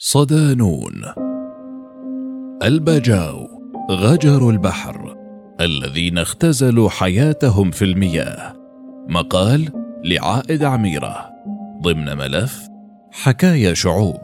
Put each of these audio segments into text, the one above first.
صدانون. الباجاو غجر البحر الذين اختزلوا حياتهم في المياه. مقال لعائد عميرة ضمن ملف حكايا شعوب.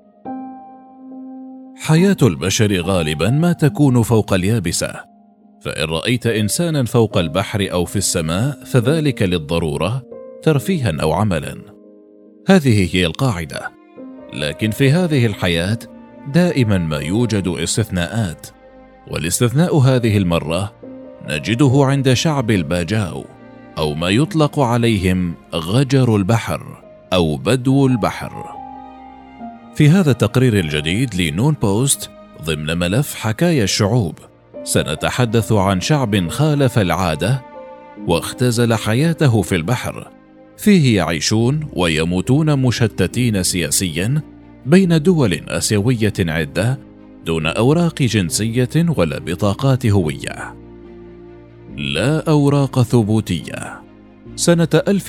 حياة البشر غالبا ما تكون فوق اليابسة، فإن رأيت إنسانا فوق البحر أو في السماء فذلك للضرورة ترفيها أو عملا. هذه هي القاعدة، لكن في هذه الحياة دائما ما يوجد استثناءات، والاستثناء هذه المرة نجده عند شعب الباجاو، أو ما يطلق عليهم غجر البحر أو بدو البحر. في هذا التقرير الجديد لنون بوست ضمن ملف حكايا الشعوب سنتحدث عن شعب خالف العادة واختزل حياته في البحر، فيه يعيشون ويموتون مشتتين سياسيا بين دول آسيوية عدة دون أوراق جنسية ولا بطاقات هوية. لا أوراق ثبوتية. سنة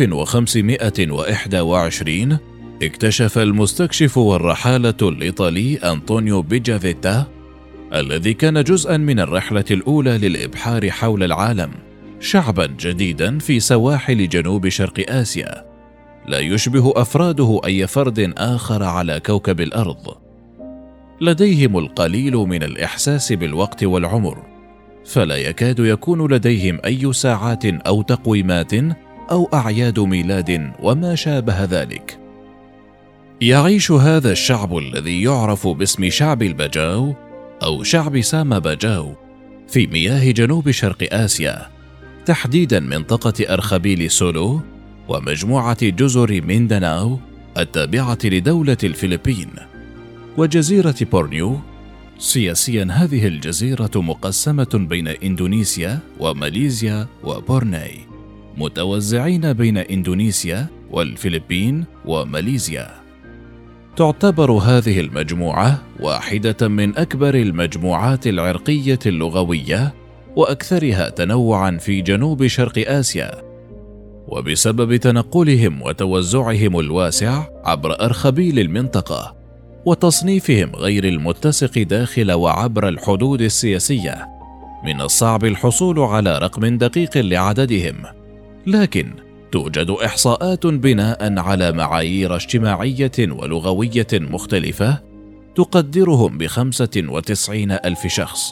1521 اكتشف المستكشف والرحالة الإيطالي أنطونيو بيجافيتا، الذي كان جزءا من الرحلة الأولى للإبحار حول العالم، شعبا جديدا في سواحل جنوب شرق آسيا لا يشبه أفراده أي فرد آخر على كوكب الأرض. لديهم القليل من الإحساس بالوقت والعمر، فلا يكاد يكون لديهم أي ساعات أو تقويمات أو أعياد ميلاد وما شابه ذلك. يعيش هذا الشعب الذي يعرف باسم شعب الباجاو أو شعب ساما باجاو في مياه جنوب شرق آسيا، تحديدا منطقة أرخبيل سولو ومجموعة جزر مينداناو التابعة لدولة الفلبين وجزيرة بورنيو. سياسيا هذه الجزيرة مقسمة بين إندونيسيا وماليزيا وبورناي، متوزعين بين إندونيسيا والفلبين وماليزيا. تعتبر هذه المجموعة واحدة من أكبر المجموعات العرقية اللغوية وأكثرها تنوعا في جنوب شرق آسيا، وبسبب تنقلهم وتوزعهم الواسع عبر أرخبيل المنطقة وتصنيفهم غير المتسق داخل وعبر الحدود السياسية، من الصعب الحصول على رقم دقيق لعددهم، لكن توجد إحصاءات بناء على معايير اجتماعية ولغوية مختلفة تقدرهم ب95,000 شخص.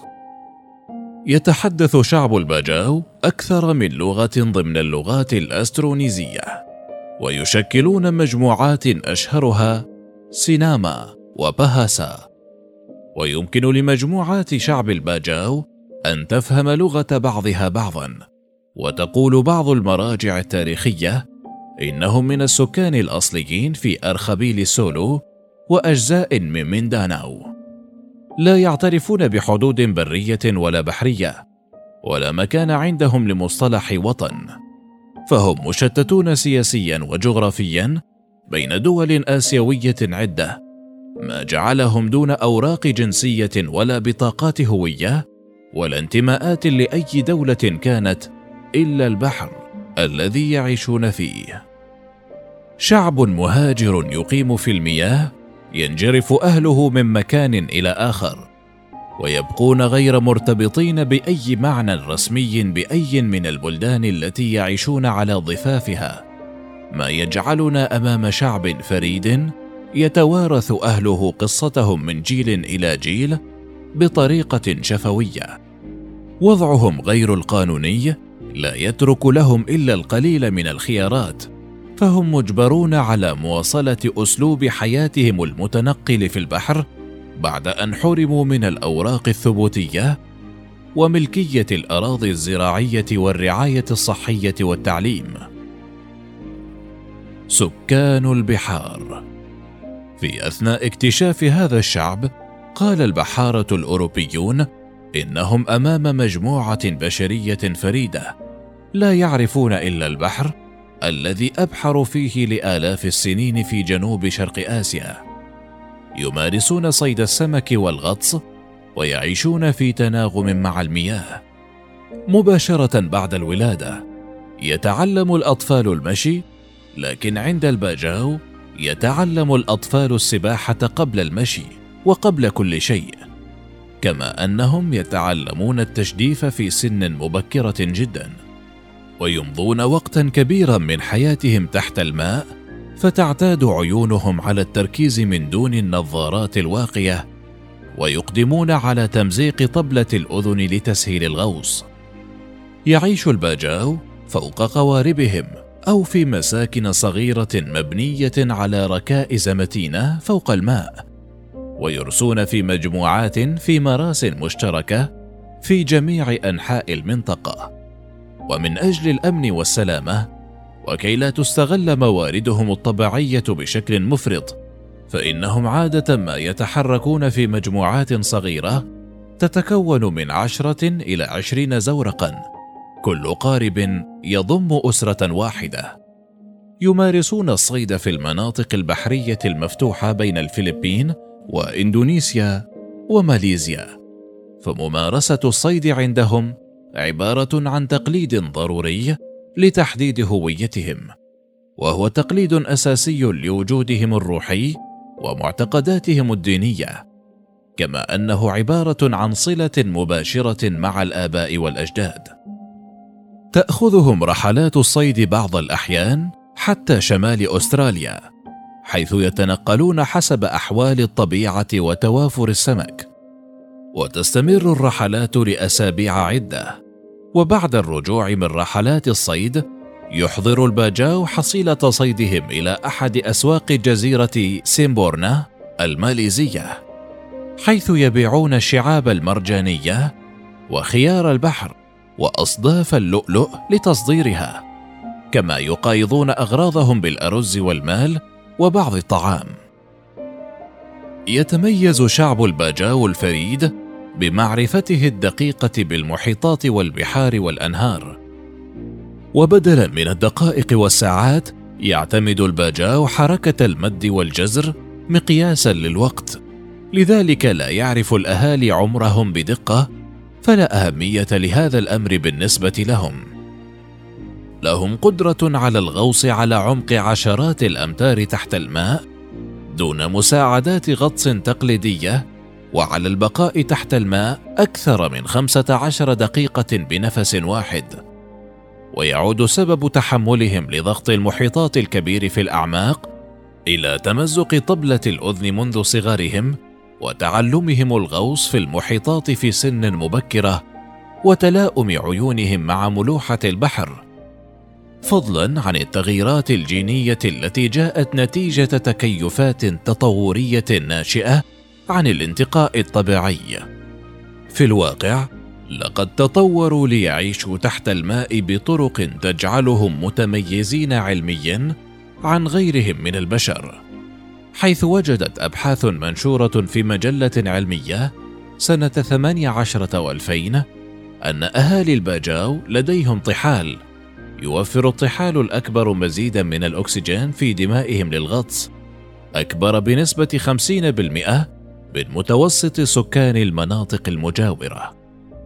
يتحدث شعب الباجاو أكثر من لغة ضمن اللغات الأسترونيزية، ويشكلون مجموعات أشهرها سيناما وبهاسا. ويمكن لمجموعات شعب الباجاو أن تفهم لغة بعضها بعضا، وتقول بعض المراجع التاريخية إنهم من السكان الأصليين في أرخبيل سولو وأجزاء من مينداناو. لا يعترفون بحدود برية ولا بحرية، ولا مكان عندهم لمصطلح وطن، فهم مشتتون سياسيا وجغرافيا بين دول آسيوية عدة، ما جعلهم دون أوراق جنسية ولا بطاقات هوية ولا انتماءات لأي دولة كانت إلا البحر الذي يعيشون فيه. شعب مهاجر يقيم في المياه، ينجرف أهله من مكان إلى آخر، ويبقون غير مرتبطين بأي معنى رسمي بأي من البلدان التي يعيشون على ضفافها، ما يجعلنا أمام شعب فريد يتوارث أهله قصتهم من جيل إلى جيل بطريقة شفوية. وضعهم غير القانوني لا يترك لهم إلا القليل من الخيارات، فهم مجبرون على مواصلة أسلوب حياتهم المتنقل في البحر بعد أن حرموا من الأوراق الثبوتية وملكية الأراضي الزراعية والرعاية الصحية والتعليم. سكان البحار. في أثناء اكتشاف هذا الشعب قال البحارة الأوروبيون إنهم أمام مجموعة بشرية فريدة، لا يعرفون إلا البحر الذي أبحروا فيه لآلاف السنين في جنوب شرق آسيا. يمارسون صيد السمك والغطس، ويعيشون في تناغم مع المياه. مباشرة بعد الولادة يتعلم الأطفال المشي، لكن عند الباجاو يتعلم الأطفال السباحة قبل المشي وقبل كل شيء، كما أنهم يتعلمون التجديف في سن مبكرة جدا، ويمضون وقتا كبيرا من حياتهم تحت الماء، فتعتاد عيونهم على التركيز من دون النظارات الواقية، ويقدمون على تمزيق طبلة الأذن لتسهيل الغوص. يعيش الباجاو فوق قواربهم أو في مساكن صغيرة مبنية على ركائز متينة فوق الماء، ويرسون في مجموعات في مراسٍ مشتركة في جميع أنحاء المنطقة. ومن أجل الأمن والسلامة، وكي لا تستغل مواردهم الطبيعية بشكل مفرط، فإنهم عادة ما يتحركون في مجموعات صغيرة تتكون من 10 إلى 20 زورقا، كل قارب يضم أسرة واحدة. يمارسون الصيد في المناطق البحرية المفتوحة بين الفلبين وإندونيسيا وماليزيا، فممارسة الصيد عندهم عبارة عن تقليد ضروري لتحديد هويتهم، وهو تقليد أساسي لوجودهم الروحي ومعتقداتهم الدينية، كما أنه عبارة عن صلة مباشرة مع الآباء والأجداد. تأخذهم رحلات الصيد بعض الأحيان حتى شمال أستراليا، حيث يتنقلون حسب أحوال الطبيعة وتوافر السمك، وتستمر الرحلات لأسابيع عدة. وبعد الرجوع من رحلات الصيد، يحضر الباجاو حصيلة صيدهم إلى أحد أسواق جزيرة سيمبورنا الماليزية، حيث يبيعون الشعاب المرجانية وخيار البحر وأصداف اللؤلؤ لتصديرها، كما يقايضون أغراضهم بالأرز والمال وبعض الطعام. يتميز شعب الباجاو الفريد بمعرفته الدقيقة بالمحيطات والبحار والأنهار، وبدلا من الدقائق والساعات، يعتمد الباجاو حركة المد والجزر مقياسا للوقت، لذلك لا يعرف الأهالي عمرهم بدقة، فلا أهمية لهذا الأمر بالنسبة لهم. لهم قدرة على الغوص على عمق عشرات الأمتار تحت الماء دون مساعدات غطس تقليدية، وعلى البقاء تحت الماء أكثر من 15 دقيقة بنفس واحد. ويعود سبب تحملهم لضغط المحيطات الكبير في الأعماق إلى تمزق طبلة الأذن منذ صغرهم، وتعلمهم الغوص في المحيطات في سن مبكرة، وتلاؤم عيونهم مع ملوحة البحر، فضلا عن التغييرات الجينية التي جاءت نتيجة تكيفات تطورية ناشئة عن الانتقاء الطبيعي. في الواقع، لقد تطوروا ليعيشوا تحت الماء بطرق تجعلهم متميزين علميا عن غيرهم من البشر، حيث وجدت أبحاث منشورة في مجلة علمية سنة 18 و2000 أن أهالي الباجاو لديهم طحال يوفر الطحال الأكبر مزيدا من الأكسجين في دمائهم للغطس، أكبر بنسبة 50% من متوسط سكان المناطق المجاورة.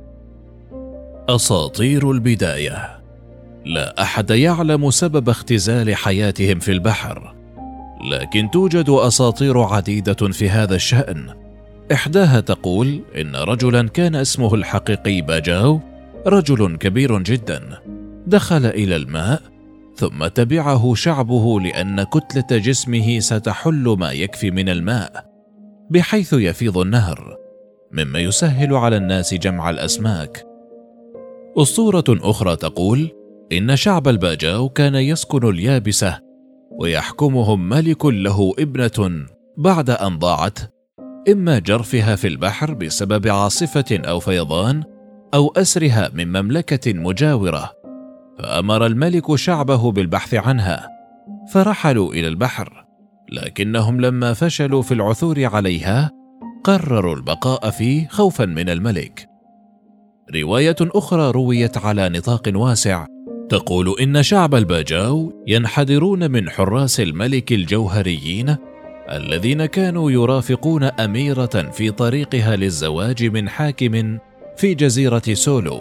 أساطير البداية. لا أحد يعلم سبب اختزال حياتهم في البحر، لكن توجد أساطير عديدة في هذا الشأن. إحداها تقول إن رجلا كان اسمه الحقيقي باجاو، رجل كبير جدا، دخل إلى الماء ثم تبعه شعبه لأن كتلة جسمه ستحل ما يكفي من الماء بحيث يفيض النهر، مما يسهل على الناس جمع الأسماك. أسطورة أخرى تقول إن شعب الباجاو كان يسكن اليابسة، ويحكمهم ملك له ابنة بعد أن ضاعت، إما جرفها في البحر بسبب عاصفة أو فيضان، أو أسرها من مملكة مجاورة، فأمر الملك شعبه بالبحث عنها، فرحلوا إلى البحر، لكنهم لما فشلوا في العثور عليها قرروا البقاء فيه خوفا من الملك. رواية أخرى رويت على نطاق واسع تقول إن شعب الباجاو ينحدرون من حراس الملك الجوهريين الذين كانوا يرافقون أميرة في طريقها للزواج من حاكم في جزيرة سولو،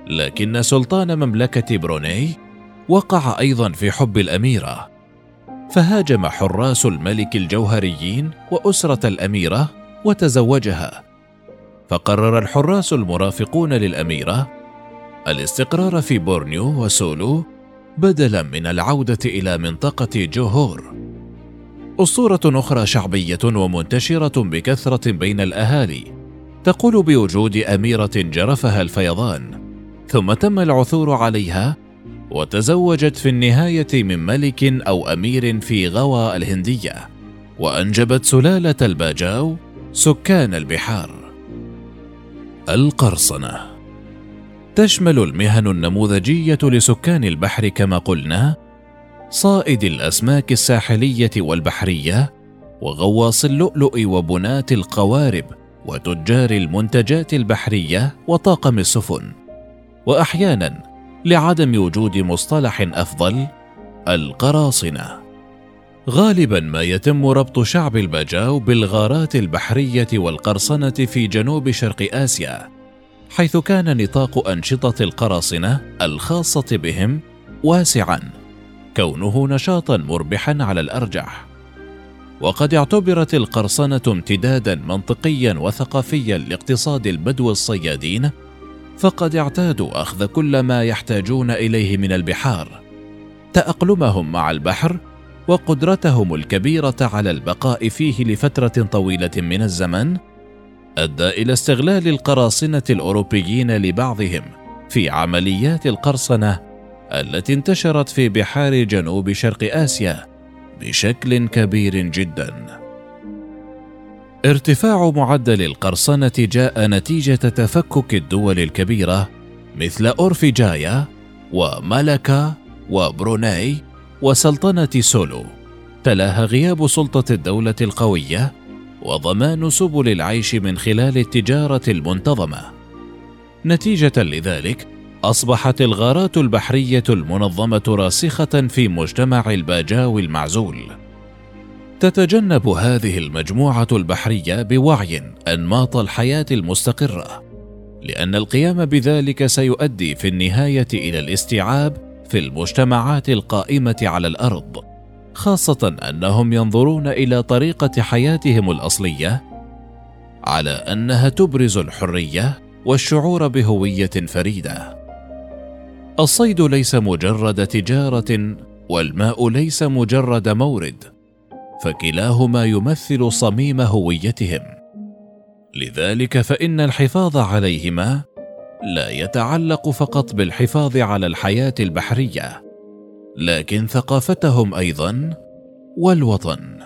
لكن سلطان مملكة بروني وقع أيضا في حب الأميرة، فهاجم حراس الملك الجوهريين وأسرة الأميرة وتزوجها. فقرر الحراس المرافقون للأميرة الاستقرار في بورنيو وسولو بدلا من العودة إلى منطقة جوهور. أسطورة أخرى شعبية ومنتشرة بكثرة بين الأهالي تقول بوجود أميرة جرفها الفيضان، ثم تم العثور عليها وتزوجت في النهاية من ملك أو أمير في غوى الهندية، وأنجبت سلالة الباجاو سكان البحار. القرصنة تشمل المهن النموذجية لسكان البحر كما قلنا: صائد الأسماك الساحلية والبحرية، وغواص اللؤلؤ وبناة القوارب، وتجار المنتجات البحرية وطاقم السفن. وأحيانا لعدم وجود مصطلح أفضل، القراصنة. غالبا ما يتم ربط شعب الباجاو بالغارات البحرية والقرصنة في جنوب شرق آسيا، حيث كان نطاق أنشطة القراصنة الخاصة بهم واسعا، كونه نشاطا مربحا على الأرجح. وقد اعتبرت القرصنة امتدادا منطقيا وثقافيا لاقتصاد البدو الصيادين، فقد اعتادوا أخذ كل ما يحتاجون إليه من البحار. تأقلمهم مع البحر وقدرتهم الكبيرة على البقاء فيه لفترة طويلة من الزمن أدى إلى استغلال القراصنة الأوروبيين لبعضهم في عمليات القرصنة التي انتشرت في بحار جنوب شرق آسيا بشكل كبير جدا. ارتفاع معدل القرصنة جاء نتيجة تفكك الدول الكبيرة مثل أورفيجايا ومالاكا وبروناي وسلطنة سولو، تلاها غياب سلطة الدولة القوية وضمان سبل العيش من خلال التجارة المنتظمة. نتيجة لذلك أصبحت الغارات البحرية المنظمة راسخة في مجتمع الباجاو المعزول. تتجنب هذه المجموعة البحرية بوعي أنماط الحياة المستقرة، لأن القيام بذلك سيؤدي في النهاية إلى الاستيعاب في المجتمعات القائمة على الأرض، خاصة أنهم ينظرون إلى طريقة حياتهم الأصلية على أنها تبرز الحرية والشعور بهوية فريدة. الصيد ليس مجرد تجارة، والماء ليس مجرد مورد، فكلاهما يمثل صميم هويتهم. لذلك فإن الحفاظ عليهما لا يتعلق فقط بالحفاظ على الحياة البحرية، لكن ثقافتهم أيضا والوطن.